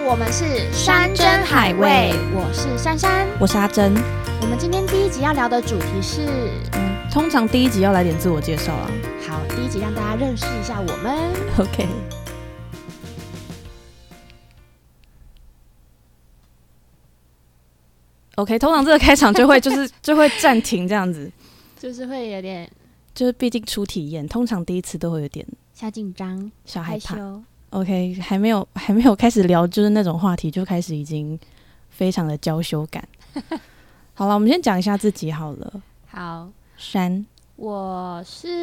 我们是山珍海味， 我是珊珊， 我是阿珍。 我们今天第一集要聊的主题是， 通常第一集要来点自我介绍啦。 好，第一集让大家认识一下我们。 OK， 通常这个开场就会暂停这样子， 就是会有点， 就是毕竟初体验，通常第一次都会有点小紧张、 小害怕。 害羞。 OK， 还没有开始聊就是那种话题，就开始已经非常的娇羞感。好了，我们先讲一下自己好了。 好， 珊， 我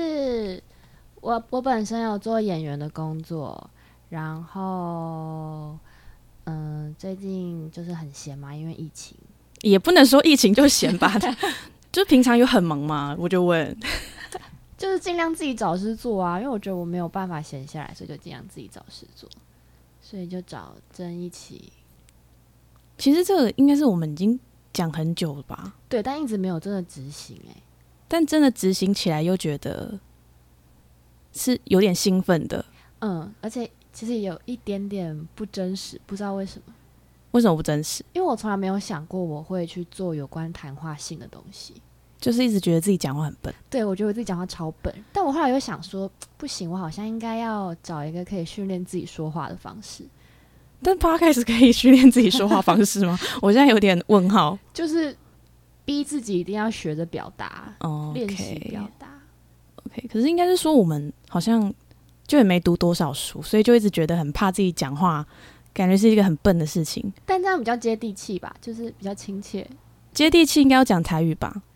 本身有做演员的工作，然后最近就是很闲嘛，因为疫情。 也不能说疫情就闲吧，就平常有很忙嘛，我就问。 就是尽量自己找事做啊，因为我觉得我没有办法闲下来，所以就尽量自己找事做，所以就找珍一起。 其实这个应该是我们已经讲很久了吧？ 对，但一直没有真的执行但真的执行起来又觉得是有点兴奋的。 而且其实有一点点不真实，不知道为什么。 为什么不真实？ 因为我从来没有想过我会去做有关谈话性的东西， 就是一直觉得自己讲话很笨。 对，我觉得我自己讲话超笨，但我后来又想说，不行，我好像应该要找一个可以训练自己说话的方式。 但 Podcast 可以训练自己说话方式吗？我现在有点问号。 就是逼自己一定要学着表达，练习表达。 OK， 可是应该是说我们好像就也没读多少书，所以就一直觉得很怕自己讲话，感觉是一个很笨的事情。 但这样比较接地气吧，就是比较亲切。 接地气应该要讲台语吧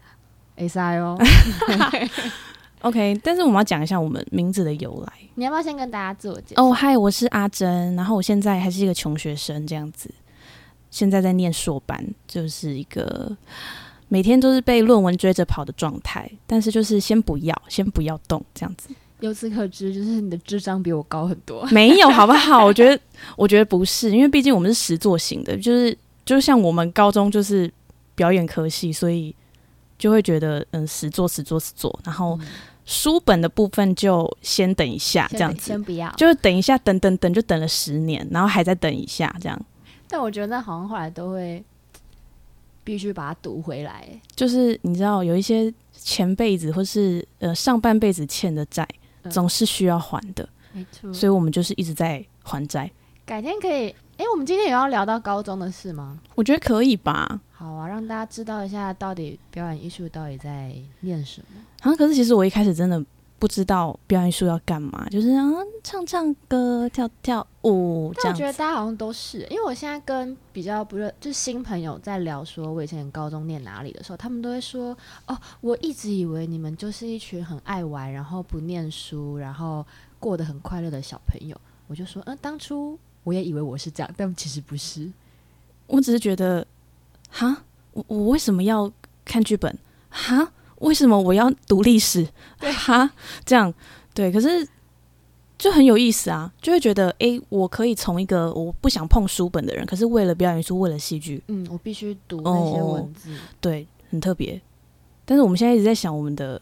？OK， 但是我们要讲一下我们名字的由来。 你要不要先跟大家自我介绍？ 哦，嗨，我是阿珍，然后我现在还是一个穷学生这样子，现在在念硕班，就是一个每天都是被论文追着跑的状态，但是就是先不要动这样子。 由此可知，就是你的智商比我高很多。 没有，好不好？我觉得不是，因为毕竟我们是实作型的，就像我们高中就是表演科系，所以就会觉得实作，然后书本的部分就先等一下这样子， 先不要， 就是等一下，等就等了10年，然后还在等一下这样。 但我觉得那好像后来都会必须把它读回来， 就是你知道有一些前辈子或是上半辈子欠的债，总是需要还的， 没错。 所以我们就是一直在还债。 改天可以，我们今天有要聊到高中的事吗？ 我觉得可以吧。 好啊，让大家知道一下到底表演艺术到底在念什么。 可是其实我一开始真的不知道表演艺术要干嘛，就是唱歌、跳舞这样子。 但我觉得大家好像都是，因为我现在跟比较不认就是新朋友在聊说我以前高中念哪里的时候，他们都会说我一直以为你们就是一群很爱玩，然后不念书，然后过得很快乐的小朋友。我就说当初我也以为我是这样，但其实不是。 我只是觉得我为什么要看剧本？为什么我要读历史？这样对，可是就很有意思啊，就会觉得我可以从一个我不想碰书本的人，可是为了表演艺术，为了戏剧， 我必须读那些文字， 对，很特别。但是我们现在一直在想我们的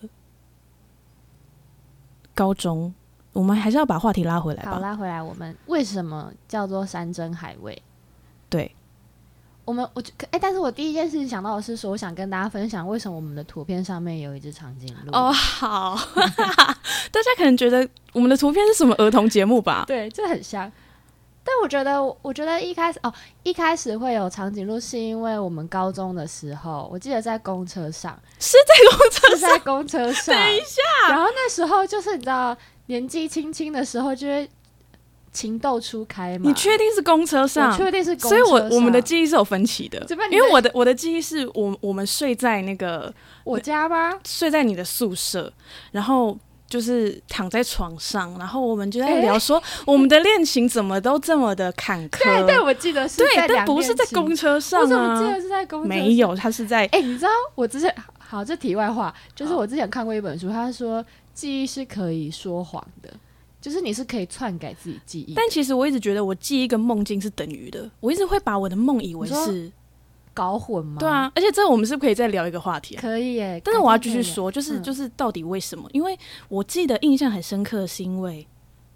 高中，我们还是要把话题拉回来吧。 好，拉回来，我们为什么叫做山珍海味？ 对。 但是我第一件事情想到的是说，我想跟大家分享为什么我们的图片上面有一只长颈鹿。 好，大家可能觉得我们的图片是什么儿童节目吧？ 对，这很像。但我觉得一开始会有长颈鹿，是因为我们高中的时候，我记得在公车上， 是在公车上。等一下， 然后那时候就是你知道，年纪轻轻的时候就会情窦初开嘛。 你确定是公车上？ 我确定是公车上。 所以我们的记忆是有分歧的，因为我的记忆是我们睡在那个我家吗？ 睡在你的宿舍，然后就是躺在床上，然后我们就在聊说我们的恋情怎么都这么的坎坷。 对，我记得是在但不是在公车上啊。 我怎么记得是在公车上？ 没有，他是在你知道我之前这题外话，就是我之前看过一本书，他说记忆是可以说谎的。就是你是可以篡改自己记忆， 但其实我一直觉得我记忆跟梦境是等于的，我一直会把我的梦以为是搞混吗？ 对啊，而且这我们是不是可以再聊一个话题可以耶， 但是我要继续说，就是到底为什么？因为我记得印象很深刻，是因为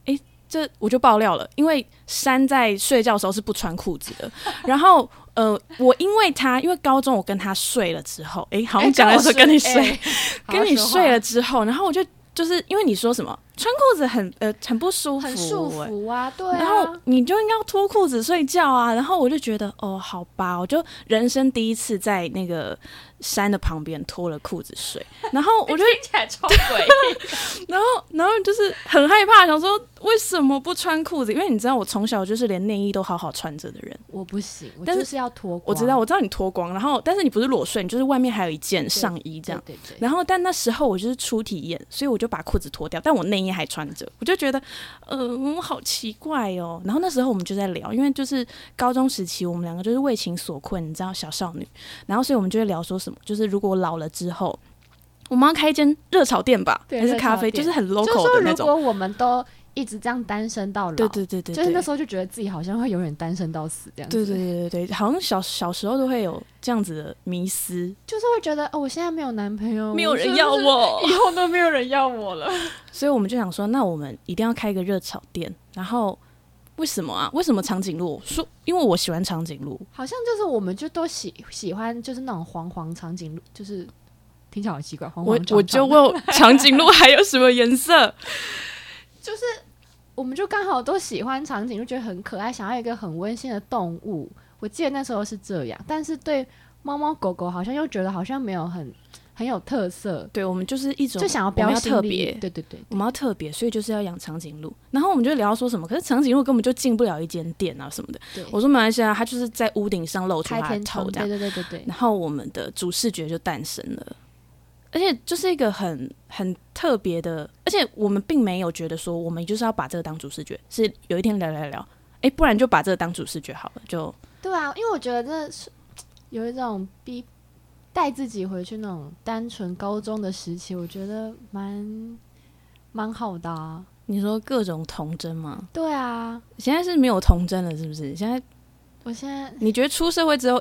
这我就爆料了，因为山在睡觉的时候是不穿裤子的，然后我因为高中我跟他睡了之后，好像讲的时候跟你睡，跟你睡了之后，然后我就是因为你说什么穿裤子很不舒服， 很束缚啊，对啊， 然后你就应该要脱裤子睡觉啊，然后我就觉得好吧，我就人生第一次在那个山的旁边脱了裤子睡，然后我就听起来超诡异， 然后就是很害怕，想说为什么不穿裤子？因为你知道我从小就是连内衣都好好穿着的人， 我不行，我就是要脱光。 我知道你脱光，然后但是你不是裸睡，你就是外面还有一件上衣这样。 对。 然后但那时候我就是初体验，所以我就把裤子脱掉，但我内衣还穿着，我就觉得好奇怪哦。然后那时候我们就在聊，因为就是高中时期我们两个就是为情所困，你知道小少女，然后所以我们就会聊说什么，就是如果我老了之后。我们要开一间热炒店吧，还是咖啡，就是很 local 的那种。 就是说，如果我们都一直这样单身到老， 对， 就是那时候就觉得自己好像会永远单身到死这样子。 对，好像小时候都会有这样子的迷思， 就是会觉得我现在没有男朋友， 没有人要我， 以后都没有人要我了。 所以我们就想说，那我们一定要开一个热炒店。然后为什么啊？为什么长颈鹿？说因为我喜欢长颈鹿， 好像就是我们就都喜欢就是那种黄长颈鹿，就是。听起来好奇怪，黄黄长长的。 我就问长颈鹿还有什么颜色？ 就是我们就刚好都喜欢长颈鹿，觉得很可爱，想要一个很温馨的动物。我记得那时候是这样，但是对猫猫狗狗好像又觉得好像没有很有特色。 对，我们就是一种就想要标新特别， 对， 我们要特别，所以就是要养长颈鹿。然后我们就聊说什么，可是长颈鹿根本就进不了一间店啊什么的。我说没关系啊，它就是在屋顶上露出它的头这样。 对。 然后我们的主视觉就诞生了。而且就是一个很特别的，而且我们并没有觉得说我们就是要把这个当主视觉，是有一天聊，不然就把这个当主视觉好了，就对啊，因为我觉得这是有一种带自己回去那种单纯高中的时期，我觉得蛮好的啊。 你说各种童真吗？ 对啊， 现在是没有童真了，是不是？ 我现在你觉得出社会之后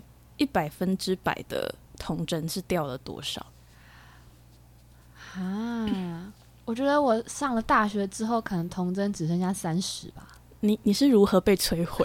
100%的童真是掉了多少？ 我觉得我上了大学之后，可能童真只剩下30吧。 你是如何被摧毁？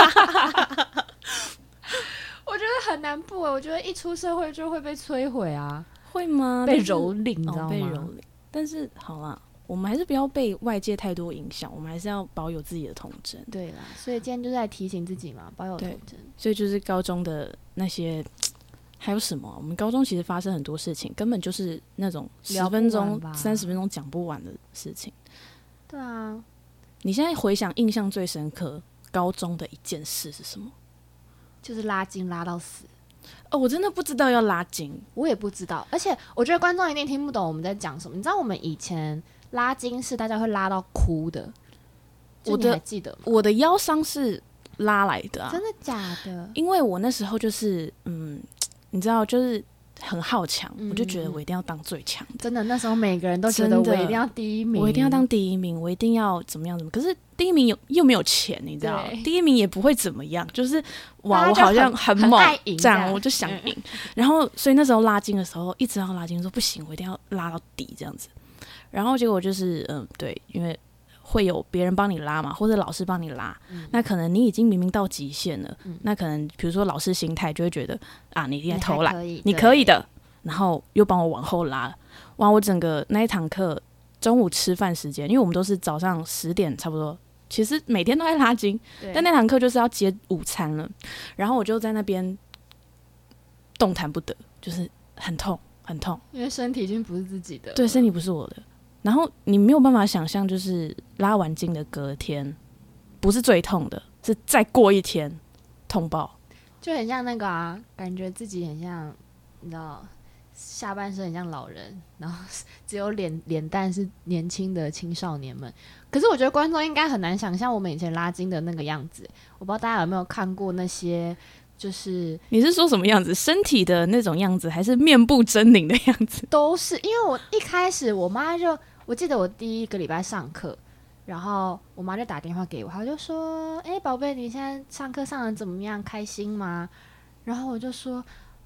我觉得很难不我觉得一出社会就会被摧毁啊。 会吗？ 被蹂躏，你知道吗？ 被蹂躏。但是好啦，我们还是不要被外界太多影响，我们还是要保有自己的童真。 对啦，所以今天就在提醒自己嘛，保有童真。 所以就是高中的那些。还有什么？我们高中其实发生很多事情，根本就是那种10分钟、30分钟讲不完的事情。 对啊， 你现在回想印象最深刻高中的一件事是什么？ 就是拉筋拉到死。 我真的不知道要拉筋， 我也不知道，而且我觉得观众一定听不懂我们在讲什么。你知道我们以前拉筋是大家会拉到哭的，你还记得吗？ 我的腰伤是拉来的啊， 真的假的？ 因为我那时候就是你知道，就是很好强，我就觉得我一定要当最强的。 真的，那时候每个人都觉得我一定要第一名， 我一定要当第一名，我一定要怎么样。可是第一名又没有钱，你知道，第一名也不会怎么样，就是哇，我好像很猛，这样我就想赢。然后，所以那时候拉筋的时候，一直要拉筋，说不行，我一定要拉到底这样子。然后结果就是对，因为会有别人帮你拉嘛，或者老师帮你拉，那可能你已经明明到极限了，那可能比如说老师心态就会觉得啊，你一定在偷懒，你可以的，然后又帮我往后拉了。哇，我整个那一堂课中午吃饭时间，因为我们都是早上10点差不多，其实每天都在拉筋，但那堂课就是要接午餐了，然后我就在那边动弹不得，就是很痛很痛， 因为身体已经不是自己的， 对，身体不是我的。然后你没有办法想象，就是拉完筋的隔天，不是最痛的，是再过一天痛爆， 就很像那个啊，感觉自己很像，你知道，下半身很像老人，然后只有脸蛋是年轻的青少年们。可是我觉得观众应该很难想象我们以前拉筋的那个样子。我不知道大家有没有看过那些，就是你是说什么样子？身体的那种样子，还是面部狰狞的样子？ 都是，因为我一开始我妈就。我记得我第一个礼拜上课，然后我妈就打电话给我，她就说：“宝贝，你现在上课上得怎么样？开心吗？”然后我就说：“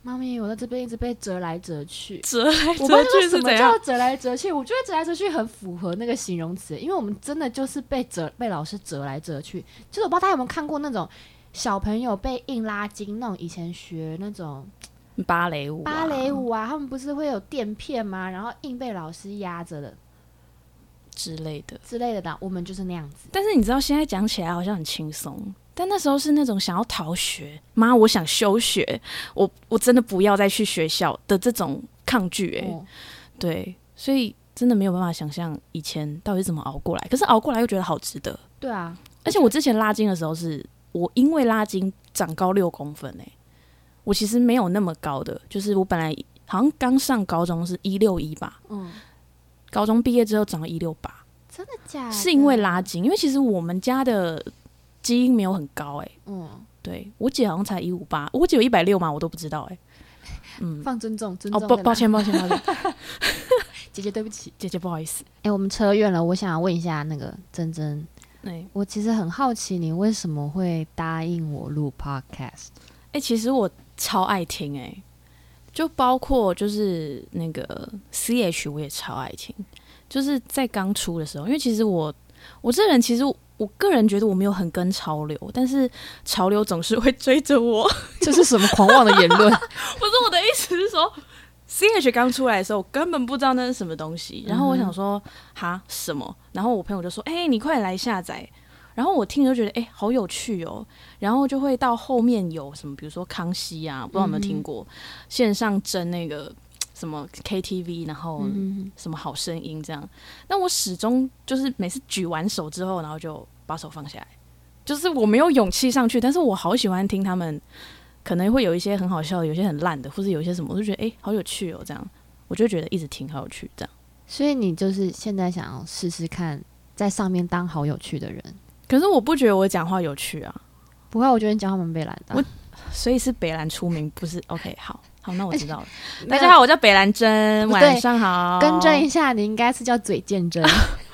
妈咪，我在这边一直被折来折去， 折来我不知折道什么去是怎样叫？折来折去。我觉得折来折去很符合那个形容词，因为我们真的就是被老师折来折去。就是我不知道大家有没有看过那种小朋友被硬拉筋，那种以前学那种芭蕾舞啊，他们不是会有垫片吗？然后硬被老师压着的之类的。 我们就是那样子。 但是你知道，现在讲起来好像很轻松，但那时候是那种想要逃学，妈，我想休学，我真的不要再去学校的这种抗拒对，所以真的没有办法想象以前到底是怎么熬过来，可是熬过来又觉得好值得。 对啊， 而且我之前拉筋的时候我因为拉筋长高6公分我其实没有那么高的，就是我本来好像刚上高中是161吧，高中毕业之后长到168， 真的假的？ 是因为拉筋，因为其实我们家的基因没有很高对，我姐好像才158，我姐有160吗？我都不知道放尊重抱歉， 姐姐对不起， 姐姐不好意思。 我们扯远了，我想问一下那个珍珍，我其实很好奇你为什么会答应我录 podcast。 其实我超爱听就包括就是那个 CH 我也超爱听，就是在刚出的时候，因为其实我这人其实我个人觉得我没有很跟潮流，但是潮流总是会追着我。 这是什么狂妄的言论？ 不是，我的意思是说 CH 刚出来的时候我根本不知道那是什么东西，然后我想说哈什么，然后我朋友就说你快来下载，然后我听就觉得好有趣然后就会到后面有什么比如说康熙啊，不知道有没有听过线上争那个什么 KTV， 然后什么好声音这样，但我始终就是每次举完手之后然后就把手放下来，就是我没有勇气上去，但是我好喜欢听他们，可能会有一些很好笑的，有些很烂的，或是有一些什么我就觉得好有趣这样我就觉得一直听好有趣这样。 所以你就是现在想要试试看在上面当好有趣的人？ 可是我不觉得我讲话有趣啊。 不会，我觉得你讲话蛮北蓝的所以是北蓝出名不是 OK 好，那我知道了大家好，我叫北蓝珍，晚上好。 更正一下，你应该是叫嘴贱珍。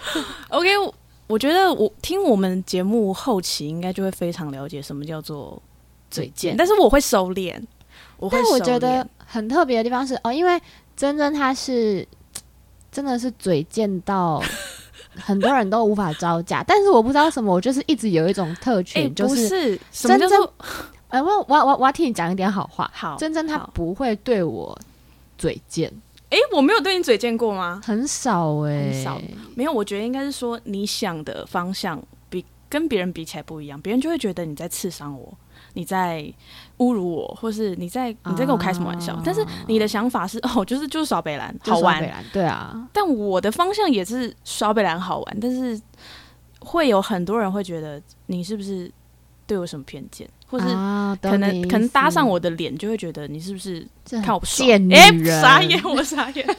OK， 我觉得我听我们节目后期应该就会非常了解什么叫做嘴贱，但是我会收敛。但我觉得很特别的地方是因为珍珍她是真的是嘴贱到很多人都无法招架，但是我不知道什么，我就是一直有一种特权，就是什么叫做我要替你讲一点好话。 好， 珍珍她不会对我嘴贱。 我没有对你嘴贱过吗？ 很少很少，没有。我觉得应该是说你想的方向跟别人比起来不一样，别人就会觉得你在刺伤我，你在侮辱我，或是你在跟我开什么玩笑。但是你的想法是就是耍北兰好玩， 对啊。但我的方向也是耍北兰好玩，但是会有很多人会觉得你是不是对我有什么偏见，或是可能搭上我的脸就会觉得你是不是看我不爽？傻眼，我傻眼。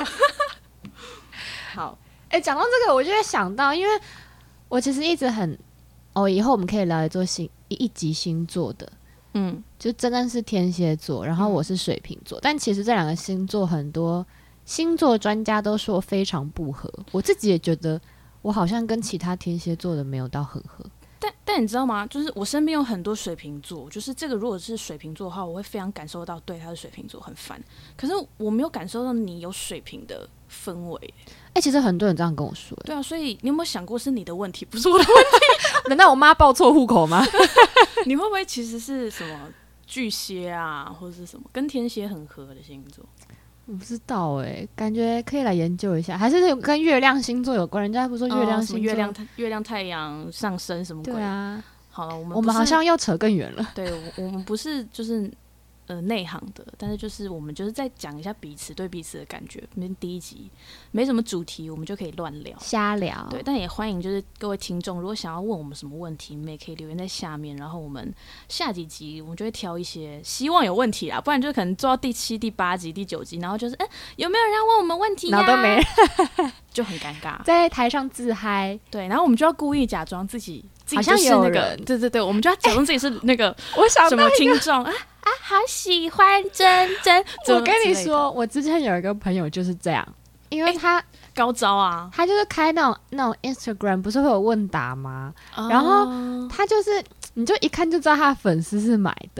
好， 讲到这个，我就会想到，因为我其实一直很以后我们可以聊一集星座的，就真的是天蝎座，然后我是水瓶座，但其实这两个星座很多星座专家都说非常不合，我自己也觉得我好像跟其他天蝎座的没有到很合。 但你知道吗？就是我身边有很多水瓶座，就是这个如果是水瓶座的话，我会非常感受到对他是水瓶座很烦。可是我没有感受到你有水瓶的氛围。 其实很多人这样跟我说。 对啊，所以你有没有想过是你的问题，不是我的问题？ 难道我妈报错户口吗？ 你会不会其实是什么巨蟹啊，或者是什么跟天蝎很合的星座？ 我不知道感觉可以来研究一下，还是跟月亮星座有关？人家不说月亮星座， 月亮、太阳、上升什么鬼？ 对啊。 好了， 我们好像又扯更远了。 对，我们不是就是内行的，但是就是我们就是在讲一下彼此对彼此的感觉。第一集没什么主题，我们就可以乱聊、 瞎聊。 对，但也欢迎就是各位听众，如果想要问我们什么问题，你们也可以留言在下面，然后我们下几集我们就会挑一些希望有问题啦，不然就可能做到第7、第8集、第9集，然后就是有没有人要问我们问题呀？ 然后都没人， 就很尴尬， 在台上自嗨。 对，然后我们就要故意假装自己好像有人， 对，我们就要假装自己是那个我想什么听众好喜欢珍珍。 我跟你说，我之前有一个朋友就是这样，因为他高招啊， 他就是开那种 Instagram 不是会有问答吗？然后他就是你就一看就知道他的粉丝是买的，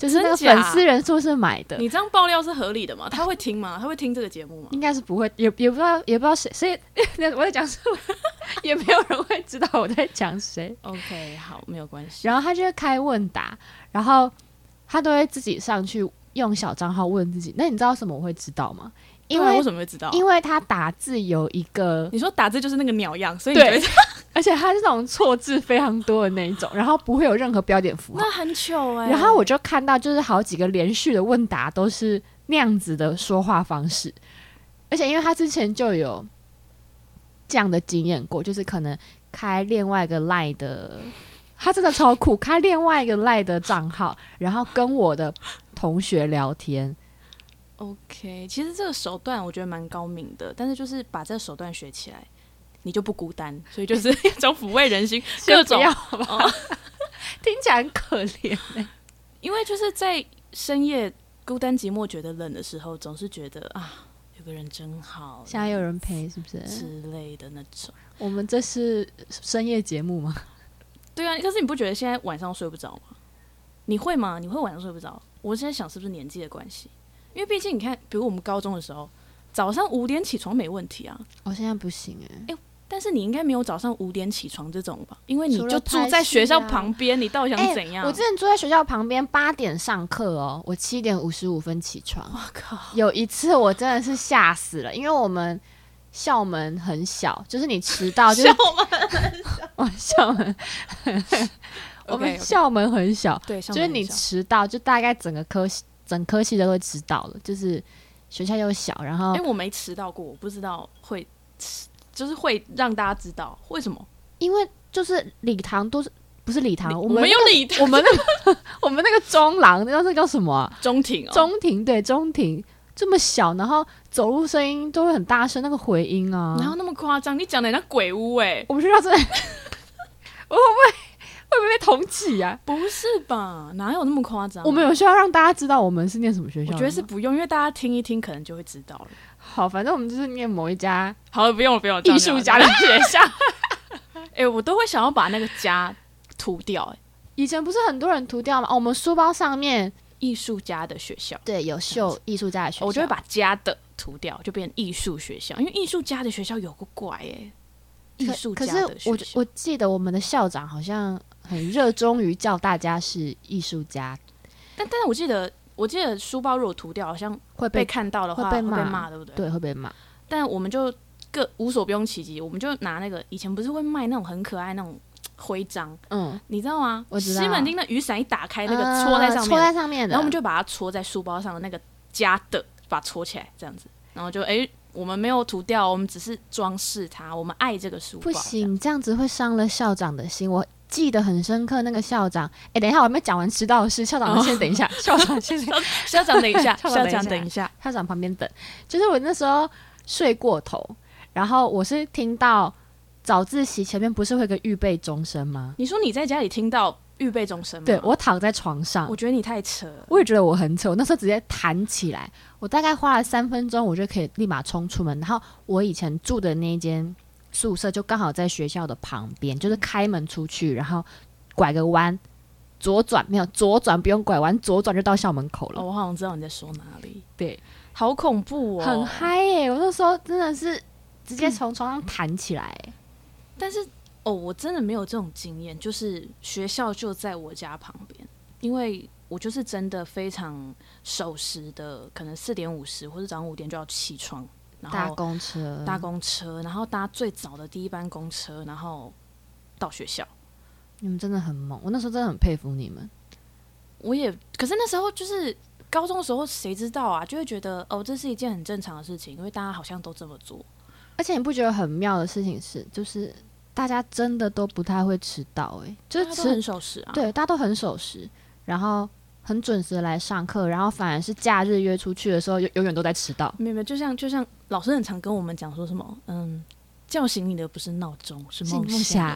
就是那个粉丝人数是买的。 你这样爆料是合理的吗？他会听吗？他会听这个节目吗？ 应该是不会，也不知道谁我在讲什么，也没有人会知道我在讲谁。 OK， 好，没有关系。 然后他就会开问答，然后他都会自己上去用小账号问自己。那你知道什么我会知道吗？ 为什么会知道？ 因为他打字有一个， 你说打字就是那个鸟样，所以你觉得而且他是那种错字非常多的那一种，然后不会有任何标点符号， 那很糗然后我就看到就是好几个连续的问答都是那样子的说话方式，而且因为他之前就有这样的经验过，就是可能开另外一个 LINE 的，他真的超酷，开另外一个 LINE 的账号，然后跟我的同学聊天。 OK， 其实这个手段我觉得蛮高明的，但是就是把这个手段学起来，你就不孤单，所以就是一种抚慰人心，各种听起来很可怜因为就是在深夜孤单寂寞觉得冷的时候，总是觉得啊，有个人真好， 现在有人陪，是不是之类的那种。 我们这是深夜节目吗？ 对啊，可是你不觉得现在晚上睡不着吗？你会吗？你会晚上睡不着？我现在想是不是年纪的关系？因为毕竟你看，比如我们高中的时候，早上5点起床没问题啊。 我现在不行但是你应该没有早上5点起床这种吧？因为你就住在学校旁边，你到底想怎样？ 我之前住在学校旁边，8点上课哦，我7点55分起床。 我靠！ 有一次我真的是吓死了，因为我们校门很小，就是你迟到就是校门我们校门很小， 对， 就是你迟到就大概整科系都会知道了，就是学校又小，然后我没迟到过，我不知道会就是会让大家知道为什么？ 因为就是礼堂都是不是礼堂，我们有礼堂， 我们那个中廊，那叫什么啊？ 中庭哦， 中庭对，中庭这么小，然后走路声音都会很大声，那个回音啊， 然后那么夸张，你讲的像鬼屋我们学校真的，我会不会被通缉啊？ 不是吧？哪有那么夸张？ 我们有需要让大家知道我们是念什么学校？ 我觉得是不用，因为大家听一听，可能就会知道了。 好，反正我们就是念某一家， 好了，不用了， 艺术家的学校。 我都会想要把那个家涂掉。 以前不是很多人涂掉吗？我们书包上面艺术家的学校， 对，有绣艺术家的学校， 我就会把家的涂掉，就变成艺术学校，因为艺术家的学校有个怪艺术家的学校。 可是我记得我们的校长好像很热衷于叫大家是艺术家， 但是我记得书包如果涂掉，好像会被看到的话会被骂，对不对？ 对，会被骂。 但我们就无所不用其极，我们就拿那个以前不是会卖那种很可爱那种徽章，你知道吗？ 我知道。 西门町的雨伞一打开，那个戳在上面， 的， 然后我们就把它戳在书包上的那个家的，把它戳起来，这样子，然后就我们没有涂掉，我们只是装饰它，我们爱这个书包。 不行，这样子会伤了校长的心。我记得很深刻，那个校长，等一下，我还没讲完迟到的事。校长先等一下，校长等一下，校长等一下， 校长旁边等。就是我那时候睡过头，然后我是听到早自习前面不是会有个预备钟声吗？ 你说你在家里听到预备钟声吗？ 对，我躺在床上， 我觉得你太扯了。 我也觉得我很扯，我那时候直接弹起来，我大概花了3分钟，我就可以立马冲出门。然后我以前住的那间宿舍就刚好在学校的旁边，就是开门出去，然后拐个弯，左转不用拐弯，左转就到校门口了。 我好像知道你在说哪里。 对， 好恐怖哦， 很嗨我那时候真的是直接从床上弹起来但是我真的没有这种经验，就是学校就在我家旁边，因为我就是真的非常守时的，可能4点50或者早上5点就要起床，然后搭公车， 然后搭最早的第一班公车，然后到学校。 你们真的很猛，我那时候真的很佩服你们。 可是那时候就是高中的时候，谁知道啊？就会觉得这是一件很正常的事情，因为大家好像都这么做。 而且你不觉得很妙的事情是，就是大家真的都不太会迟到就是大家都很守时啊。 对，大家都很守时，然后很准时来上课，然后反而是假日约出去的时候，永远都在迟到。 没有，就像老师很常跟我们讲说什么，叫醒你的不是闹钟，是梦想。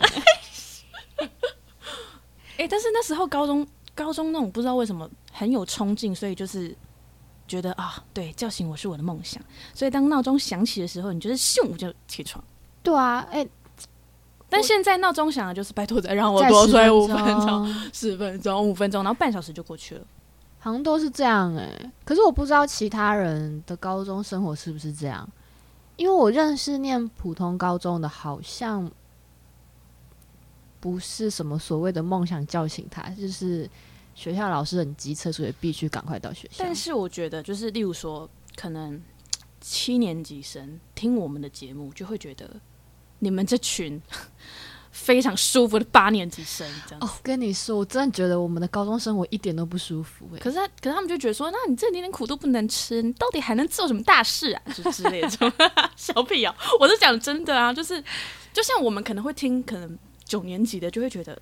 但是那时候高中那种不知道为什么很有冲劲，所以就是觉得对，叫醒我是我的梦想。所以当闹钟响起的时候，你就是咻就起床。 对啊， 但现在闹钟响了，就是拜托再让我多睡5分钟、10分钟、5分钟，然后半小时就过去了。 好像都是这样可是我不知道其他人的高中生活是不是这样，因为我认识念普通高中的，好像不是什么所谓的梦想叫醒他，就是学校老师很机车，所以必须赶快到学校。 但是我觉得，就是例如说，可能7年级生听我们的节目，就会觉得你们这群非常舒服的8年级生这样子。 跟你说，我真的觉得我们的高中生活一点都不舒服可是他们就觉得说，那你这点点苦都不能吃，你到底还能做什么大事啊？就之类的这种小屁哦，我是讲真的啊，就是就像我们可能会听，可能9年级的就会觉得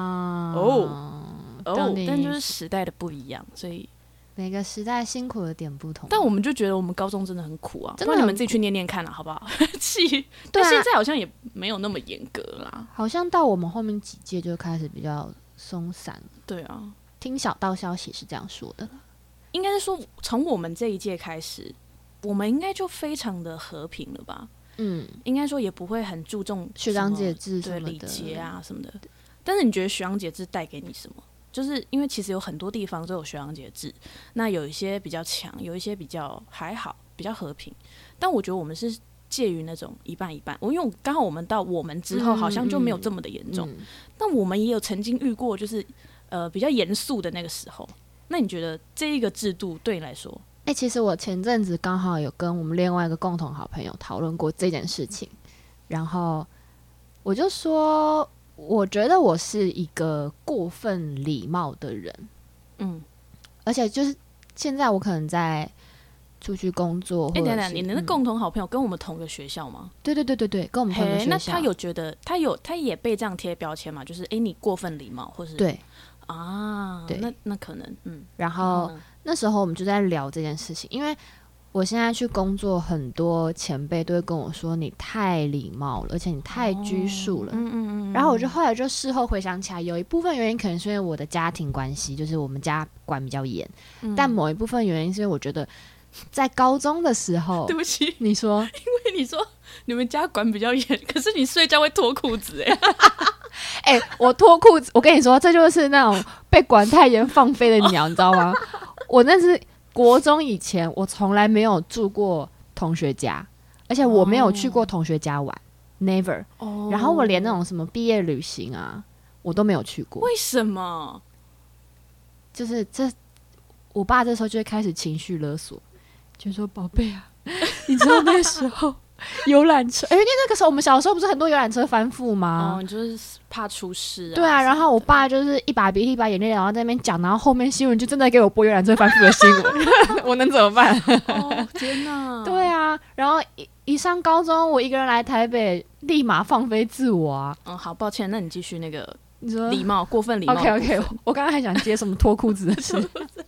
但就是时代的不一样，所以每个时代辛苦的点不同。 但我们就觉得我们高中真的很苦啊， 真的不然你们自己去念念看了、好不好？气， 对啊， 但现在好像也没有那么严格啦， 好像到我们后面几届就开始比较松散了。 对啊， 听小道消息是这样说的， 应该是说从我们这一届开始，我们应该就非常的和平了吧？应该说也不会很注重学长姐制对礼节啊什么的。但是你觉得学长姐制带给你什么？就是因为其实有很多地方都有学长姐制，那有一些比较强，有一些比较还好，比较和平。但我觉得我们是介于那种一半一半，因为刚好我们到我们之后好像就没有这么的严重，但我们也有曾经遇过就是比较严肃的那个时候。那你觉得这一个制度对你来说？ 其实我前阵子刚好有跟我们另外一个共同好朋友讨论过这件事情，然后我就说，我觉得我是一个过分礼貌的人，而且就是现在我可能在出去工作， 等等，你的共同好朋友跟我们同个学校吗？ 对，跟我们同个学校。 那他有觉得他也被这样贴标签吗？就是你过分礼貌，或是对啊，对，那可能然后那时候我们就在聊这件事情，因为我现在去工作，很多前辈都会跟我说你太礼貌了，而且你太拘束了。然后我就后来就事后回想起来，有一部分原因可能是因为我的家庭关系，就是我们家管比较严，但某一部分原因是因为我觉得在高中的时候， 对不起， 你说， 因为你说你们家管比较严，可是你睡觉会脱裤子我脱裤子，我跟你说，这就是那种被管太严放飞的鸟，你知道吗？我那是国中以前，我从来没有住过同学家，而且我没有去过同学家玩，never。然后我连那种什么毕业旅行啊，我都没有去过。 为什么？ 就是我爸这时候就会开始情绪勒索，就说：“宝贝啊，你知道那时候游览车，因为那个时候我们小时候不是很多游览车翻覆吗？ 就是怕出事啊。 对啊，然后我爸就是一把鼻涕一把眼泪，然后在那边讲，然后后面新闻就正在给我播游览车翻覆的新闻，我能怎么办？ 天哪！ 对啊，然后一上高中，我一个人来台北，立马放飞自我啊。 好，抱歉，那你继续那个你说礼貌，过分礼貌。 OK， 我刚刚还想接什么脱裤子的事，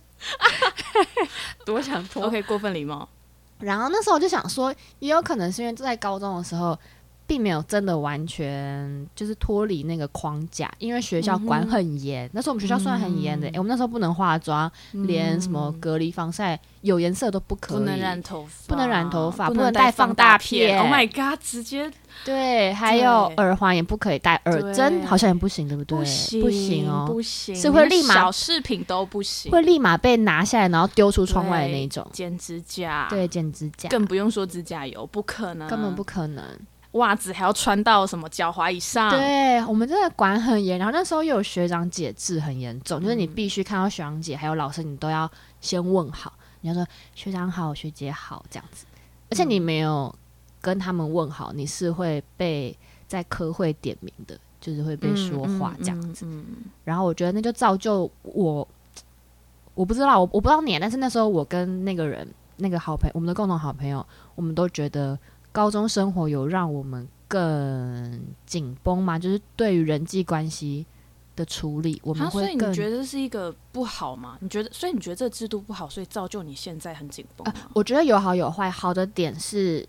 多想脱。 OK， 过分礼貌。 然后那时候我就想说，也有可能是因为在高中的时候，并没有真的完全就是脱离那个框架，因为学校管很严。那时候我们学校算很严的，我们那时候不能化妆，连什么隔离防晒有颜色都不可以， 不能染头发， 不能戴放大片。 Oh my god， 直接对，还有耳环也不可以戴，耳针好像也不行，对不对？不行哦， 不行， 是会立马小饰品都不行， 会立马被拿下来，然后丢出窗外的那种。 剪指甲， 对，剪指甲， 更不用说指甲油，不可能， 根本不可能。 袜子还要穿到什么脚踝以上？ 对，我们真的管很严。然后那时候又有学长姐制很严重，就是你必须看到学长姐还有老师，你都要先问好，你要说学长好，学姐好这样子。而且你没有跟他们问好，你是会被在科会点名的，就是会被说话这样子。然后我觉得那就造就我不知道，我不知道你，但是那时候我跟那个人，那个好朋友，我们的共同好朋友，我们都觉得高中生活有让我们更紧绷嘛，就是对于人际关系的处理，我们会更。 所以你觉得这是一个不好吗？所以你觉得这个制度不好，所以造就你现在很紧绷吗？ 我觉得有好有坏。好的点是，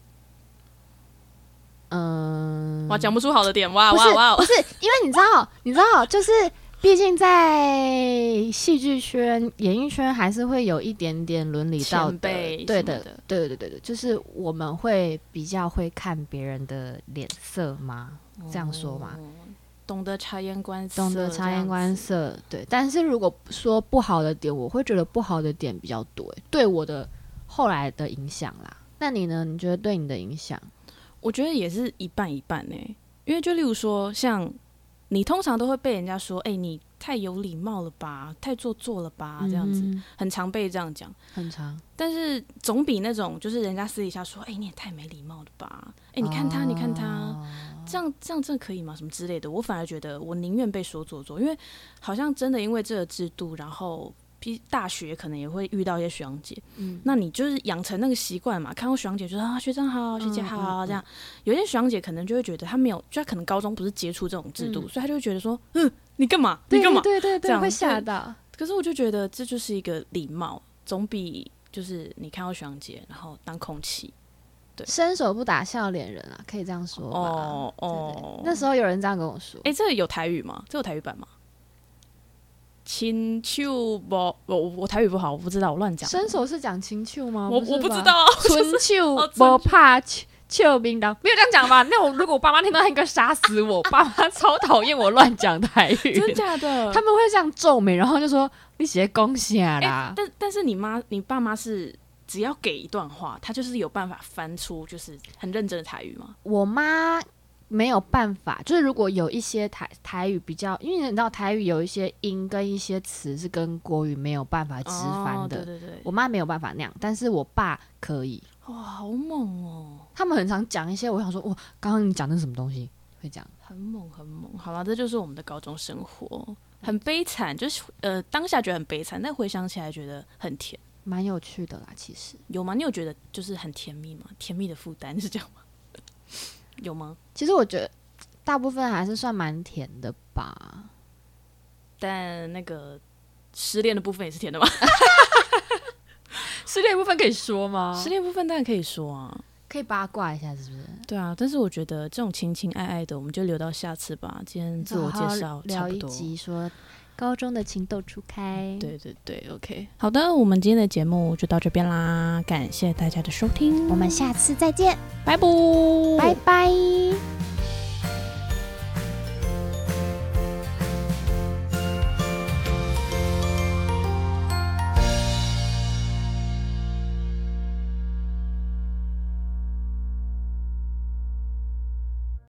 哇，讲不出好的点，哇， 不是，因为你知道，就是毕竟在戏剧圈、演艺圈还是会有一点点伦理道德，对的，就是我们会比较会看别人的脸色吗？这样说吗？ 懂得察言观色， 懂得察言观色，对。但是如果说不好的点，我会觉得不好的点比较多，对我的后来的影响啦。那你呢？你觉得对你的影响？ 我觉得也是一半一半欸，因为就例如说，像你通常都会被人家说，你太有礼貌了吧，太做作了吧，这样子，很常被这样讲， 很常。 但是总比那种就是人家私底下说，你也太没礼貌了吧，你看他，你看他，这样真的可以吗？什么之类的，我反而觉得我宁愿被说做作，因为好像真的因为这个制度，然后大学可能也会遇到一些学长姐，那你就是养成那个习惯嘛，看到学长姐就说学长好，学姐好，这样。有些学长姐可能就会觉得他没有，就他可能高中不是接触这种制度，所以他就会觉得说，你干嘛？你干嘛？ 对， 这样会吓到。 可是我就觉得这就是一个礼貌，总比就是你看到学长姐然后当空气。对， 伸手不打笑脸人啊，可以这样说吧？对，那时候有人这样跟我说。 这个有台语吗？这有台语版吗？亲手不，我台语不好，我不知道，我乱讲。 伸手是讲亲手吗？ 我不知道。 春手不怕秋槟榔，没有这样讲吧？那如果我爸妈听到，应该杀死我。爸妈超讨厌我乱讲台语， 真假的？ 他们会这样皱眉，然后就说你写恭喜啊啦。 但是你爸妈是只要给一段话，他就是有办法翻出就是很认真的台语吗？ 我妈没有办法，就是如果有一些台语比较，因为你知道台语有一些音跟一些词是跟国语没有办法直翻的， 对， 我妈没有办法那样，但是我爸可以。 哇，好猛哦！ 他们很常讲一些，我想说，哇，刚刚你讲的是什么东西？会讲， 很猛。好啦，这就是我们的高中生活，很悲惨，就是当下觉得很悲惨，但回想起来觉得很甜， 蛮有趣的啦。其实有吗？你有觉得就是很甜蜜吗？甜蜜的负担是这样吗？有吗？ 其实我觉得大部分还是算蛮甜的吧， 但那个失恋的部分也是甜的吗？ 失恋部分可以说吗？ 失恋部分当然可以说啊， 可以八卦一下，是不是？ 对啊，但是我觉得这种情情爱爱的，我们就留到下次吧。今天自我介绍聊一集说高中的情窦初开。 对 ，OK。好的，我们今天的节目就到这边啦，感谢大家的收听， 我们下次再见， 拜拜。